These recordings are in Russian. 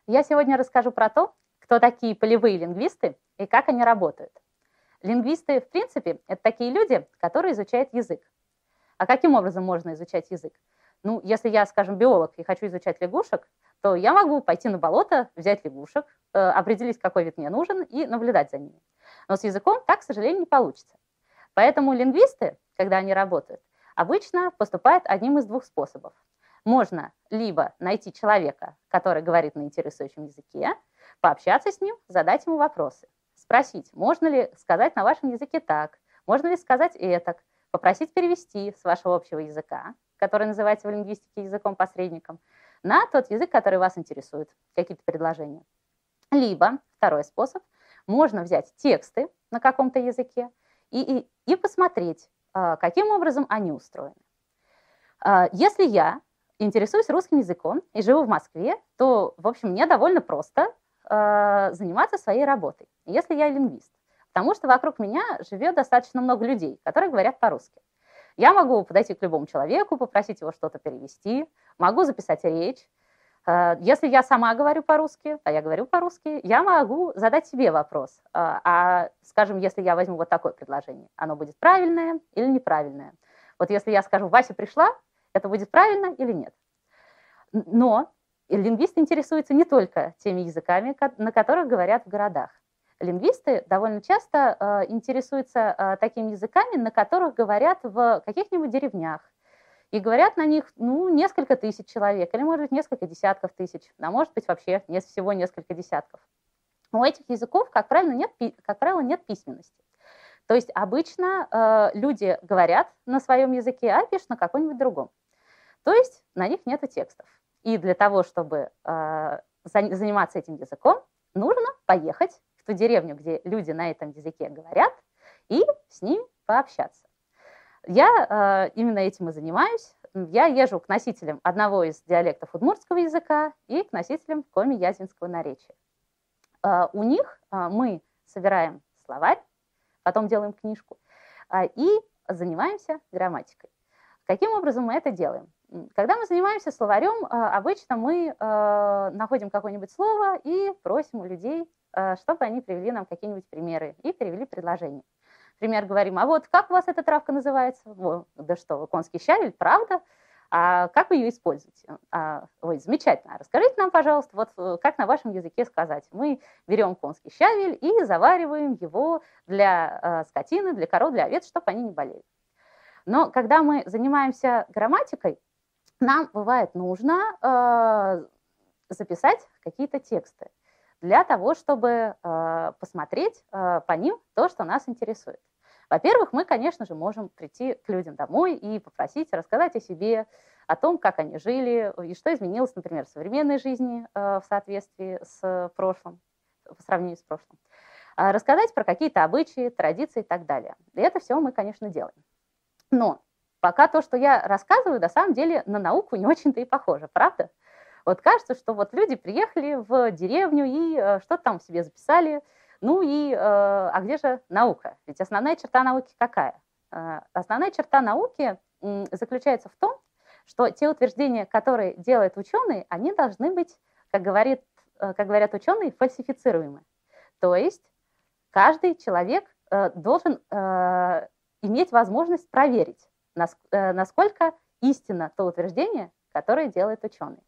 Я сегодня расскажу про то, кто такие полевые лингвисты и как они работают. Лингвисты, в принципе, это такие люди, которые изучают язык. А каким образом можно изучать язык? Ну, если я, скажем, биолог и хочу изучать лягушек, то я могу пойти на болото, взять лягушек, определить, какой вид мне нужен, и наблюдать за ними. Но с языком так, к сожалению, не получится. Поэтому лингвисты, когда они работают, обычно поступают одним из двух способов. Можно либо найти человека, который говорит на интересующем языке, пообщаться с ним, задать ему вопросы, спросить, можно ли сказать на вашем языке так, можно ли сказать этак, попросить перевести с вашего общего языка, который называется в лингвистике языком-посредником, на тот язык, который вас интересует, какие-то предложения. Либо, второй способ, можно взять тексты на каком-то языке и посмотреть, каким образом они устроены. Если я интересуюсь русским языком и живу в Москве, то, в общем, мне довольно просто заниматься своей работой, если я лингвист. Потому что вокруг меня живет достаточно много людей, которые говорят по-русски. Я могу подойти к любому человеку, попросить его что-то перевести, могу записать речь. Если я сама говорю по-русски, а я говорю по-русски, я могу задать себе вопрос. Скажем, если я возьму вот такое предложение, оно будет правильное или неправильное? Вот если я скажу «Вася пришла», это будет правильно или нет? Но лингвисты интересуются не только теми языками, на которых говорят в городах. Лингвисты довольно часто интересуются такими языками, на которых говорят в каких-нибудь деревнях. И говорят на них несколько тысяч человек, или, может быть, несколько десятков тысяч, а может быть, вообще всего несколько десятков. У этих языков, как правило, нет письменности. То есть обычно люди говорят на своем языке, а пишут на каком-нибудь другом. То есть на них нет текстов. И для того, чтобы заниматься этим языком, нужно поехать в ту деревню, где люди на этом языке говорят, и с ними пообщаться. Я именно этим и занимаюсь. Я езжу к носителям одного из диалектов удмуртского языка и к носителям коми-язинского наречия. У них мы собираем словарь, потом делаем книжку и занимаемся грамматикой. Каким образом мы это делаем? Когда мы занимаемся словарем, обычно мы находим какое-нибудь слово и просим у людей, чтобы они привели нам какие-нибудь примеры и перевели предложение. Например, говорим, а вот как у вас эта травка называется? Да что вы, конский щавель, правда? А как вы ее используете? Ой, замечательно. Расскажите нам, пожалуйста, вот как на вашем языке сказать. Мы берем конский щавель и завариваем его для скотины, для коров, для овец, чтобы они не болели. Но когда мы занимаемся грамматикой, нам бывает нужно записать какие-то тексты для того, чтобы посмотреть по ним то, что нас интересует. Во-первых, мы, конечно же, можем прийти к людям домой и попросить рассказать о себе, о том, как они жили и что изменилось, например, в современной жизни в соответствии с прошлым, по сравнению с прошлым. Рассказать про какие-то обычаи, традиции и так далее. И это все мы, конечно, делаем. Но пока то, что я рассказываю, на самом деле на науку не очень-то и похоже, правда? Вот кажется, что вот люди приехали в деревню и что-то там себе записали. А где же наука? Ведь основная черта науки какая? Основная черта науки заключается в том, что те утверждения, которые делают ученые, они должны быть, как говорят ученые, фальсифицируемы. То есть каждый человек должен иметь возможность проверить, насколько истинно то утверждение, которое делает ученый.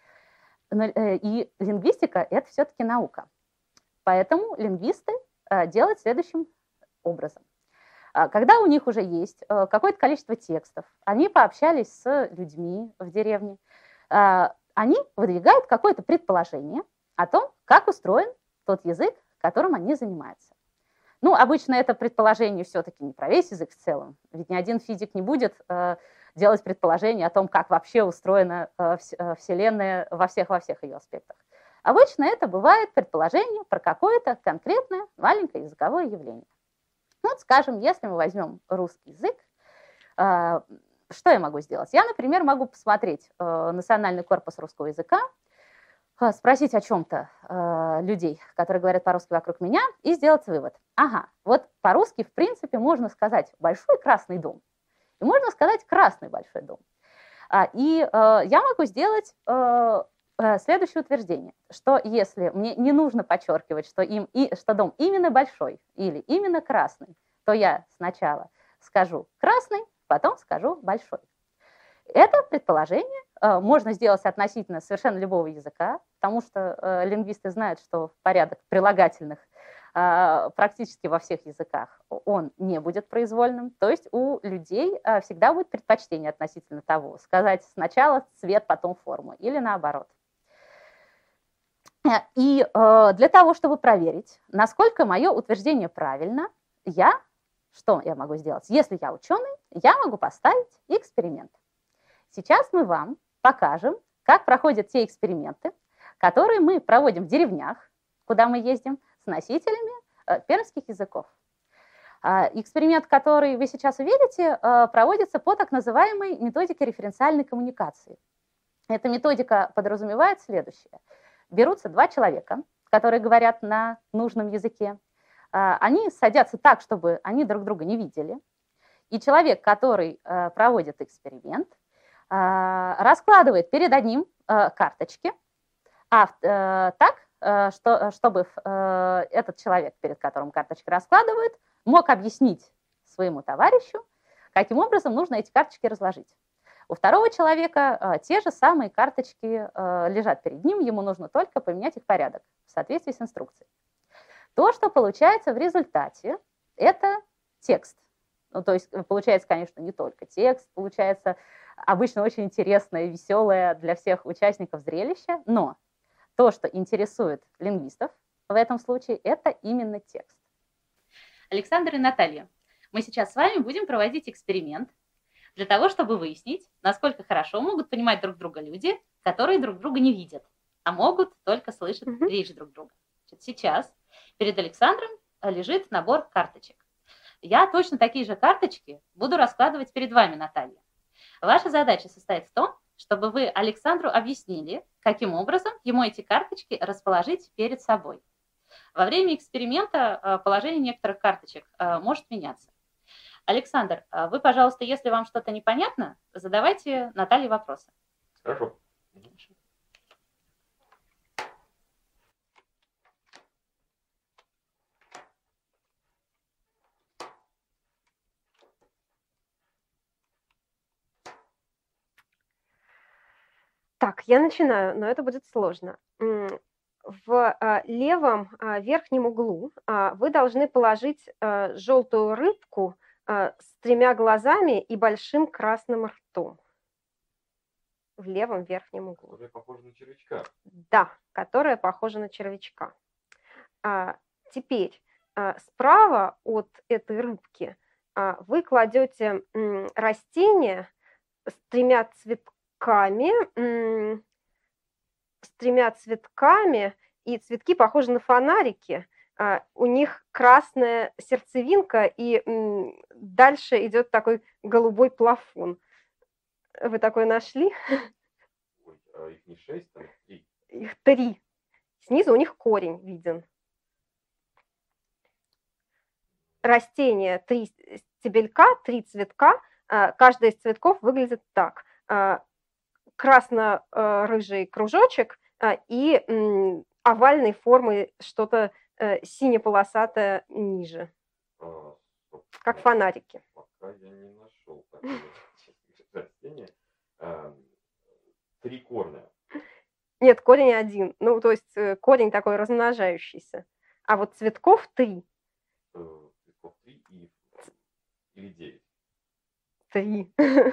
И лингвистика – это все-таки наука. Поэтому лингвисты делают следующим образом. Когда у них уже есть какое-то количество текстов, они пообщались с людьми в деревне, они выдвигают какое-то предположение о том, как устроен тот язык, которым они занимаются. Обычно это предположение все-таки не про весь язык в целом, ведь ни один физик не будет делать предположение о том, как вообще устроена Вселенная во всех ее аспектах. Обычно это бывает предположение про какое-то конкретное маленькое языковое явление. Вот, скажем, если мы возьмем русский язык, что я могу сделать? Я, например, могу посмотреть Национальный корпус русского языка, спросить о чем-то людей, которые говорят по-русски вокруг меня, и сделать вывод. Ага, вот по-русски, в принципе, можно сказать «большой красный дом», и можно сказать «красный большой дом». Я могу сделать следующее утверждение, что если мне не нужно подчеркивать, что дом именно большой или именно красный, то я сначала скажу красный, потом скажу большой. Это предположение можно сделать относительно совершенно любого языка, потому что лингвисты знают, что порядок прилагательных практически во всех языках он не будет произвольным. То есть у людей всегда будет предпочтение относительно того, сказать сначала цвет, потом форму, или наоборот. И для того, чтобы проверить, насколько мое утверждение правильно, что я могу сделать? Если я ученый, я могу поставить эксперимент. Сейчас мы вам покажем, как проходят те эксперименты, которые мы проводим в деревнях, куда мы ездим, с носителями пермских языков. Эксперимент, который вы сейчас увидите, проводится по так называемой методике референциальной коммуникации. Эта методика подразумевает следующее. Берутся два человека, которые говорят на нужном языке. Они садятся так, чтобы они друг друга не видели. И человек, который проводит эксперимент, раскладывает перед одним карточки, чтобы этот человек, перед которым карточки раскладывают, мог объяснить своему товарищу, каким образом нужно эти карточки разложить. У второго человека те же самые карточки лежат перед ним, ему нужно только поменять их порядок в соответствии с инструкцией. То, что получается в результате, это текст. Ну, то есть получается, конечно, не только текст, получается обычно очень интересное, веселое для всех участников зрелище, но то, что интересует лингвистов в этом случае, это именно текст. Александр и Наталья, мы сейчас с вами будем проводить эксперимент для того, чтобы выяснить, насколько хорошо могут понимать друг друга люди, которые друг друга не видят, а могут только слышать речь друг друга. Сейчас перед Александром лежит набор карточек. Я точно такие же карточки буду раскладывать перед вами, Наталья. Ваша задача состоит в том, чтобы вы Александру объяснили, каким образом ему эти карточки расположить перед собой. Во время эксперимента положение некоторых карточек может меняться. Александр, вы, пожалуйста, если вам что-то непонятно, задавайте Наталье вопросы. Хорошо. Так, я начинаю, но это будет сложно. В левом верхнем углу вы должны положить желтую рыбку с 3 глазами и большим красным ртом. В левом верхнем углу. Которая похожа на червячка. Да, которая похожа на червячка. Теперь справа от этой рыбки вы кладете растение с 3 цветками, и цветки похожи на фонарики. У них красная сердцевинка, и дальше идет такой голубой плафон. Вы такое нашли? Ой, а их не 6, а 3? Их 3. Снизу у них корень виден. Растение 3 стебелька, 3 цветка. Каждый из цветков выглядит так. Красно-рыжий кружочек и овальной формы что-то сине-полосатое ниже, как фонарики. Пока я не нашел такое растение. 3 корня. Нет, корень 1. Ну, то есть корень такой размножающийся. А вот цветков 3. Цветков 3 или 9? 3.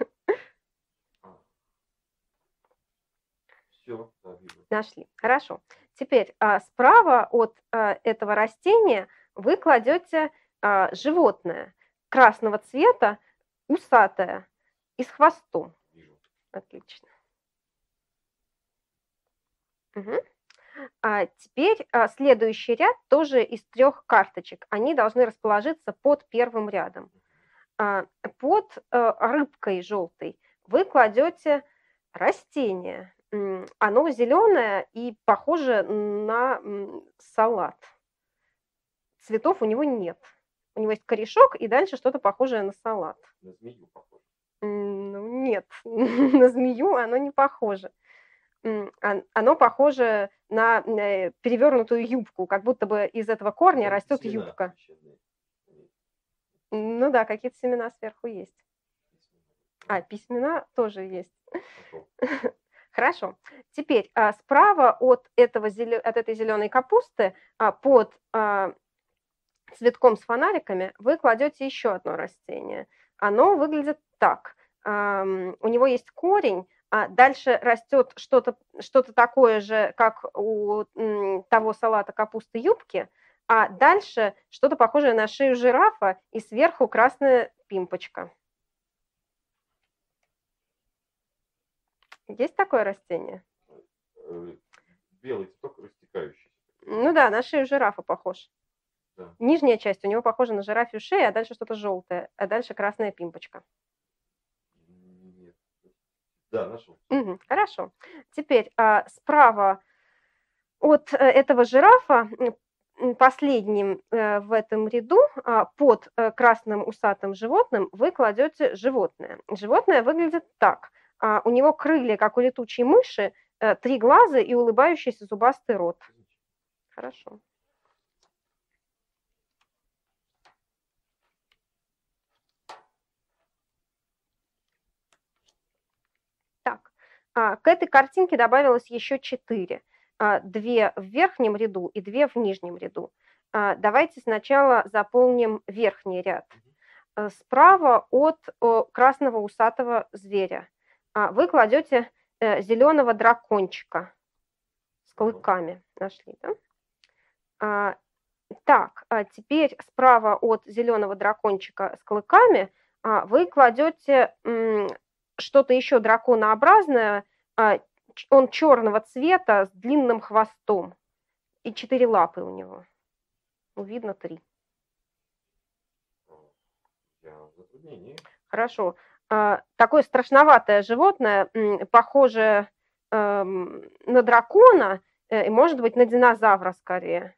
Все, да, вижу. Нашли. Хорошо. Теперь справа от этого растения вы кладете животное красного цвета, усатое и с хвостом. Вижу. Отлично. Угу. Теперь следующий ряд тоже из 3 карточек. Они должны расположиться под первым рядом. Под рыбкой желтой вы кладете растение. Оно зеленое и похоже на салат. Цветов у него нет. У него есть корешок и дальше что-то похожее на салат. На змею похоже. Ну, нет, на змею оно не похоже. оно похоже на перевернутую юбку, как будто бы из этого корня Там растет семена юбка. священные. Ну да, какие-то семена сверху есть. Письмена. Письмена тоже есть. Пошел. Хорошо. Теперь справа от этой зеленой капусты под цветком с фонариками вы кладете еще одно растение. Оно выглядит так. У него есть корень, а дальше растет что-то такое же, как у того салата капусты юбки, а дальше что-то похожее на шею жирафа и сверху красная пимпочка. Есть такое растение? Белый цветок растекающийся. Ну да, на шею жирафа похож. Да. Нижняя часть у него похожа на жирафью шею, а дальше что-то желтое, а дальше красная пимпочка. Нет. Да, нашел. Хорошо. Теперь справа от этого жирафа последним в этом ряду под красным усатым животным вы кладете животное. Животное выглядит так. У него крылья, как у летучей мыши, 3 глаза и улыбающийся зубастый рот. Хорошо. Так, к этой картинке добавилось еще 4. 2 в верхнем ряду и 2 в нижнем ряду. Давайте сначала заполним верхний ряд. Справа от красного усатого зверя вы кладете зеленого дракончика с клыками. Нашли, да? Так, теперь справа от зеленого дракончика с клыками вы кладете что-то еще драконообразное. Он черного цвета с длинным хвостом и 4 лапы у него. Ну, видно 3. Я в затруднении. Хорошо. Такое страшноватое животное, похожее на дракона, и, может быть, на динозавра скорее.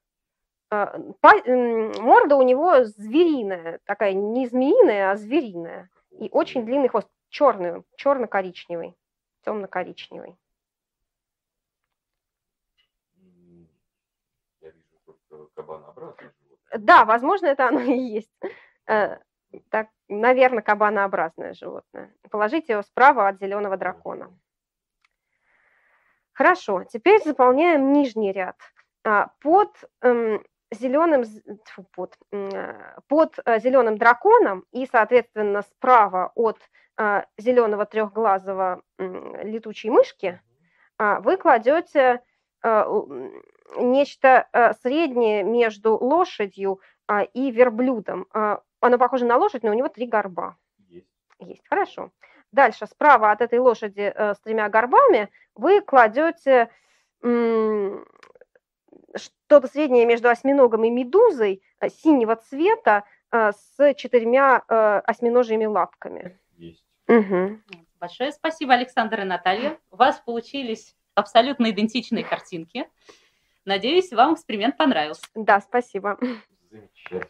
Морда у него звериная, такая не змеиная, а звериная. И очень длинный хвост, черный, черно-коричневый, темно-коричневый. Я вижу только кабанообразное животное. Да, возможно, это оно и есть. Так, наверное, кабанообразное животное. Положите его справа от зеленого дракона. Хорошо, теперь заполняем нижний ряд. Под зеленым драконом и, соответственно, справа от зеленого трехглазого летучей мышки вы кладете нечто среднее между лошадью и верблюдом. Оно похоже на лошадь, но у него 3 горба. Есть, хорошо. Дальше справа от этой лошади с 3 горбами вы кладете что-то среднее между осьминогом и медузой синего цвета с 4 осьминожьими лапками. Есть. Большое спасибо, Александр и Наталья. У вас получились абсолютно идентичные картинки. Надеюсь, вам эксперимент понравился. Да, спасибо. Замечательно.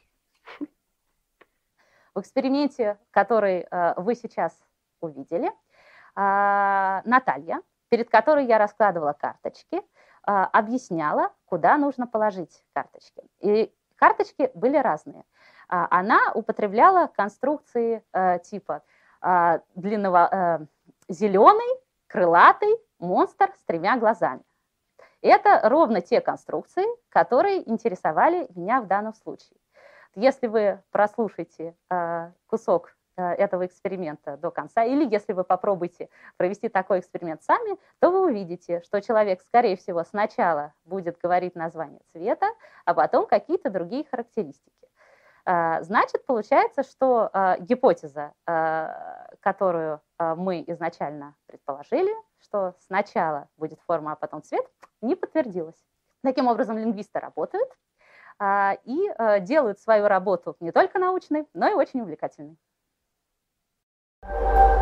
В эксперименте, который вы сейчас увидели, Наталья, перед которой я раскладывала карточки, объясняла, куда нужно положить карточки. И карточки были разные. Она употребляла конструкции типа длинного зеленый, крылатый монстр с 3 глазами. Это ровно те конструкции, которые интересовали меня в данном случае. Если вы прослушаете кусок этого эксперимента до конца, или если вы попробуете провести такой эксперимент сами, то вы увидите, что человек, скорее всего, сначала будет говорить название цвета, а потом какие-то другие характеристики. Значит, получается, что гипотеза, которую мы изначально предположили, что сначала будет форма, а потом цвет, не подтвердилась. Таким образом, лингвисты работают и делают свою работу не только научной, но и очень увлекательной.